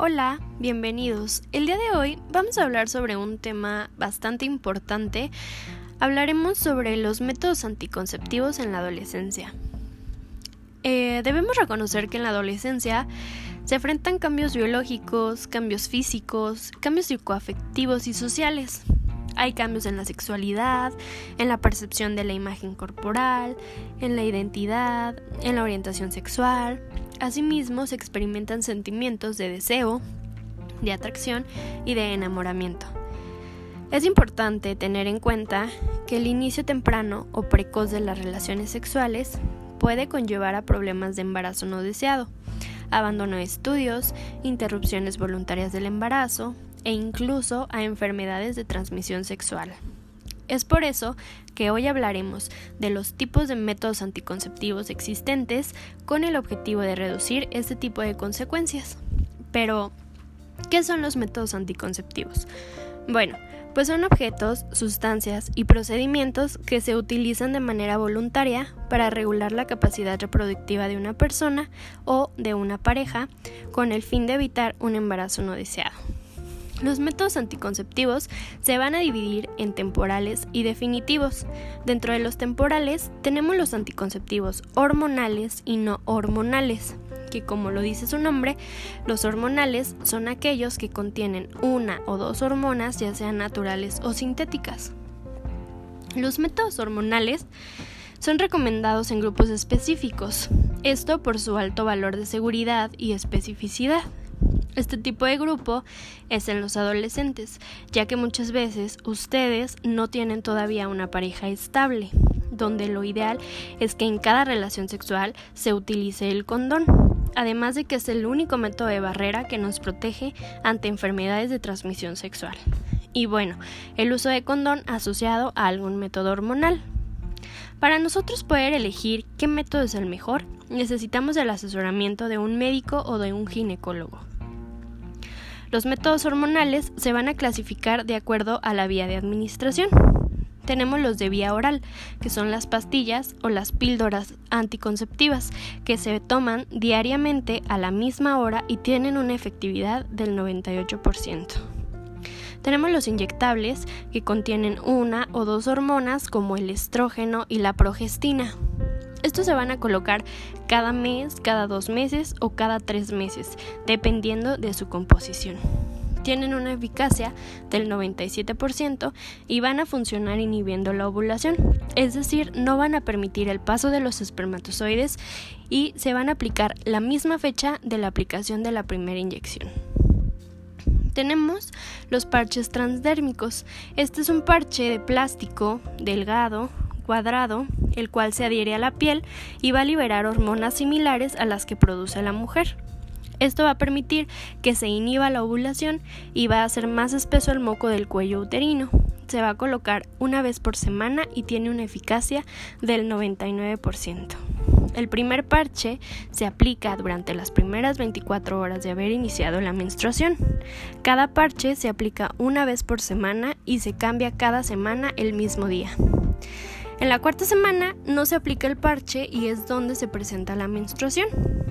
Hola, bienvenidos. El día de hoy vamos a hablar sobre un tema bastante importante. Hablaremos sobre los métodos anticonceptivos en la adolescencia. Debemos reconocer que en la adolescencia se enfrentan cambios biológicos, cambios físicos, cambios psicoafectivos y sociales. Hay cambios en la sexualidad, en la percepción de la imagen corporal, en la identidad, en la orientación sexual. Asimismo, se experimentan sentimientos de deseo, de atracción y de enamoramiento. Es importante tener en cuenta que el inicio temprano o precoz de las relaciones sexuales puede conllevar a problemas de embarazo no deseado, abandono de estudios, interrupciones voluntarias del embarazo e incluso a enfermedades de transmisión sexual. Es por eso que hoy hablaremos de los tipos de métodos anticonceptivos existentes con el objetivo de reducir este tipo de consecuencias. Pero, ¿qué son los métodos anticonceptivos? Bueno, pues son objetos, sustancias y procedimientos que se utilizan de manera voluntaria para regular la capacidad reproductiva de una persona o de una pareja con el fin de evitar un embarazo no deseado. Los métodos anticonceptivos se van a dividir en temporales y definitivos. Dentro de los temporales tenemos los anticonceptivos hormonales y no hormonales, que como lo dice su nombre, los hormonales son aquellos que contienen una o dos hormonas, ya sean naturales o sintéticas. Los métodos hormonales son recomendados en grupos específicos, esto por su alto valor de seguridad y especificidad. Este tipo de grupo es en los adolescentes, ya que muchas veces ustedes no tienen todavía una pareja estable, donde lo ideal es que en cada relación sexual se utilice el condón, además de que es el único método de barrera que nos protege ante enfermedades de transmisión sexual. Y bueno, el uso de condón asociado a algún método hormonal. Para nosotros poder elegir qué método es el mejor, necesitamos el asesoramiento de un médico o de un ginecólogo. Los métodos hormonales se van a clasificar de acuerdo a la vía de administración. Tenemos los de vía oral, que son las pastillas o las píldoras anticonceptivas, que se toman diariamente a la misma hora y tienen una efectividad del 98%. Tenemos los inyectables, que contienen una o dos hormonas como el estrógeno y la progestina. Estos se van a colocar cada mes, cada 2 meses o cada 3 meses, dependiendo de su composición. Tienen una eficacia del 97% y van a funcionar inhibiendo la ovulación, es decir, no van a permitir el paso de los espermatozoides y se van a aplicar la misma fecha de la aplicación de la primera inyección. Tenemos los parches transdérmicos. Este es un parche de plástico delgado, cuadrado, el cual se adhiere a la piel y va a liberar hormonas similares a las que produce la mujer. Esto va a permitir que se inhiba la ovulación y va a hacer más espeso el moco del cuello uterino. Se va a colocar una vez por semana y tiene una eficacia del 99%. El primer parche se aplica durante las primeras 24 horas de haber iniciado la menstruación. Cada parche se aplica una vez por semana y se cambia cada semana el mismo día. En la cuarta semana no se aplica el parche y es donde se presenta la menstruación.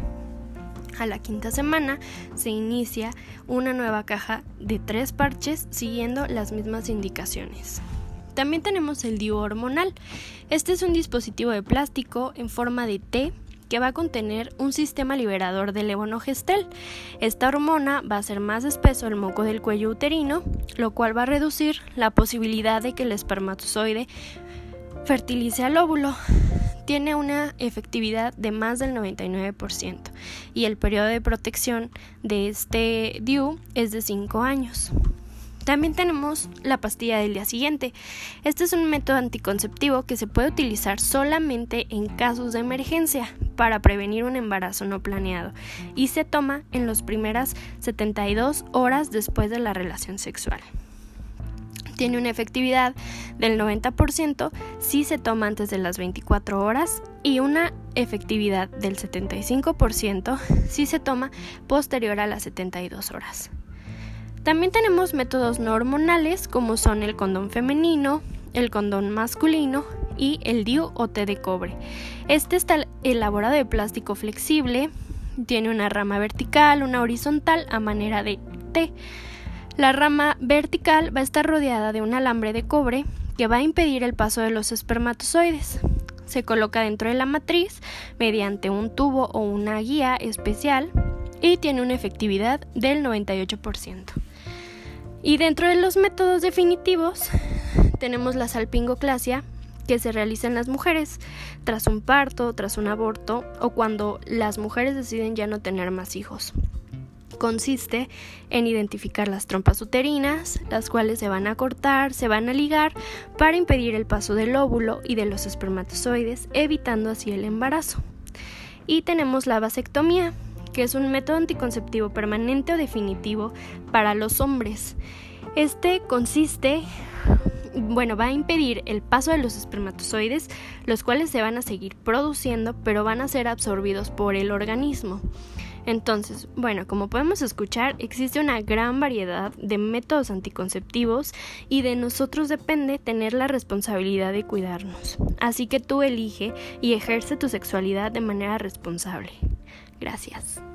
A la quinta semana se inicia una nueva caja de 3 parches siguiendo las mismas indicaciones. También tenemos el DIU hormonal. Este es un dispositivo de plástico en forma de T que va a contener un sistema liberador de levonorgestrel. Esta hormona va a hacer más espeso el moco del cuello uterino, lo cual va a reducir la posibilidad de que el espermatozoide fertilice al óvulo. Tiene una efectividad de más del 99% y el periodo de protección de este DIU es de 5 años. También tenemos la pastilla del día siguiente. Este es un método anticonceptivo que se puede utilizar solamente en casos de emergencia para prevenir un embarazo no planeado y se toma en las primeras 72 horas después de la relación sexual. Tiene una efectividad del 90% si se toma antes de las 24 horas y una efectividad del 75% si se toma posterior a las 72 horas. También tenemos métodos no hormonales como son el condón femenino, el condón masculino y el DIU o T de cobre. Este está elaborado de plástico flexible, Tiene una rama vertical, una horizontal a manera de T. La rama vertical va a estar rodeada de un alambre de cobre que va a impedir el paso de los espermatozoides. Se coloca dentro de la matriz mediante un tubo o una guía especial y tiene una efectividad del 98%. Y dentro de los métodos definitivos tenemos la salpingoclasia, que se realiza en las mujeres tras un parto, tras un aborto o cuando las mujeres deciden ya no tener más hijos. Consiste en identificar las trompas uterinas, las cuales se van a cortar, se van a ligar para impedir el paso del óvulo y de los espermatozoides, evitando así el embarazo. Y tenemos la vasectomía, que es un método anticonceptivo permanente o definitivo para los hombres. Va a impedir el paso de los espermatozoides, los cuales se van a seguir produciendo, pero van a ser absorbidos por el organismo. Entonces, como podemos escuchar, existe una gran variedad de métodos anticonceptivos y de nosotros depende tener la responsabilidad de cuidarnos. Así que tú elige y ejerce tu sexualidad de manera responsable. Gracias.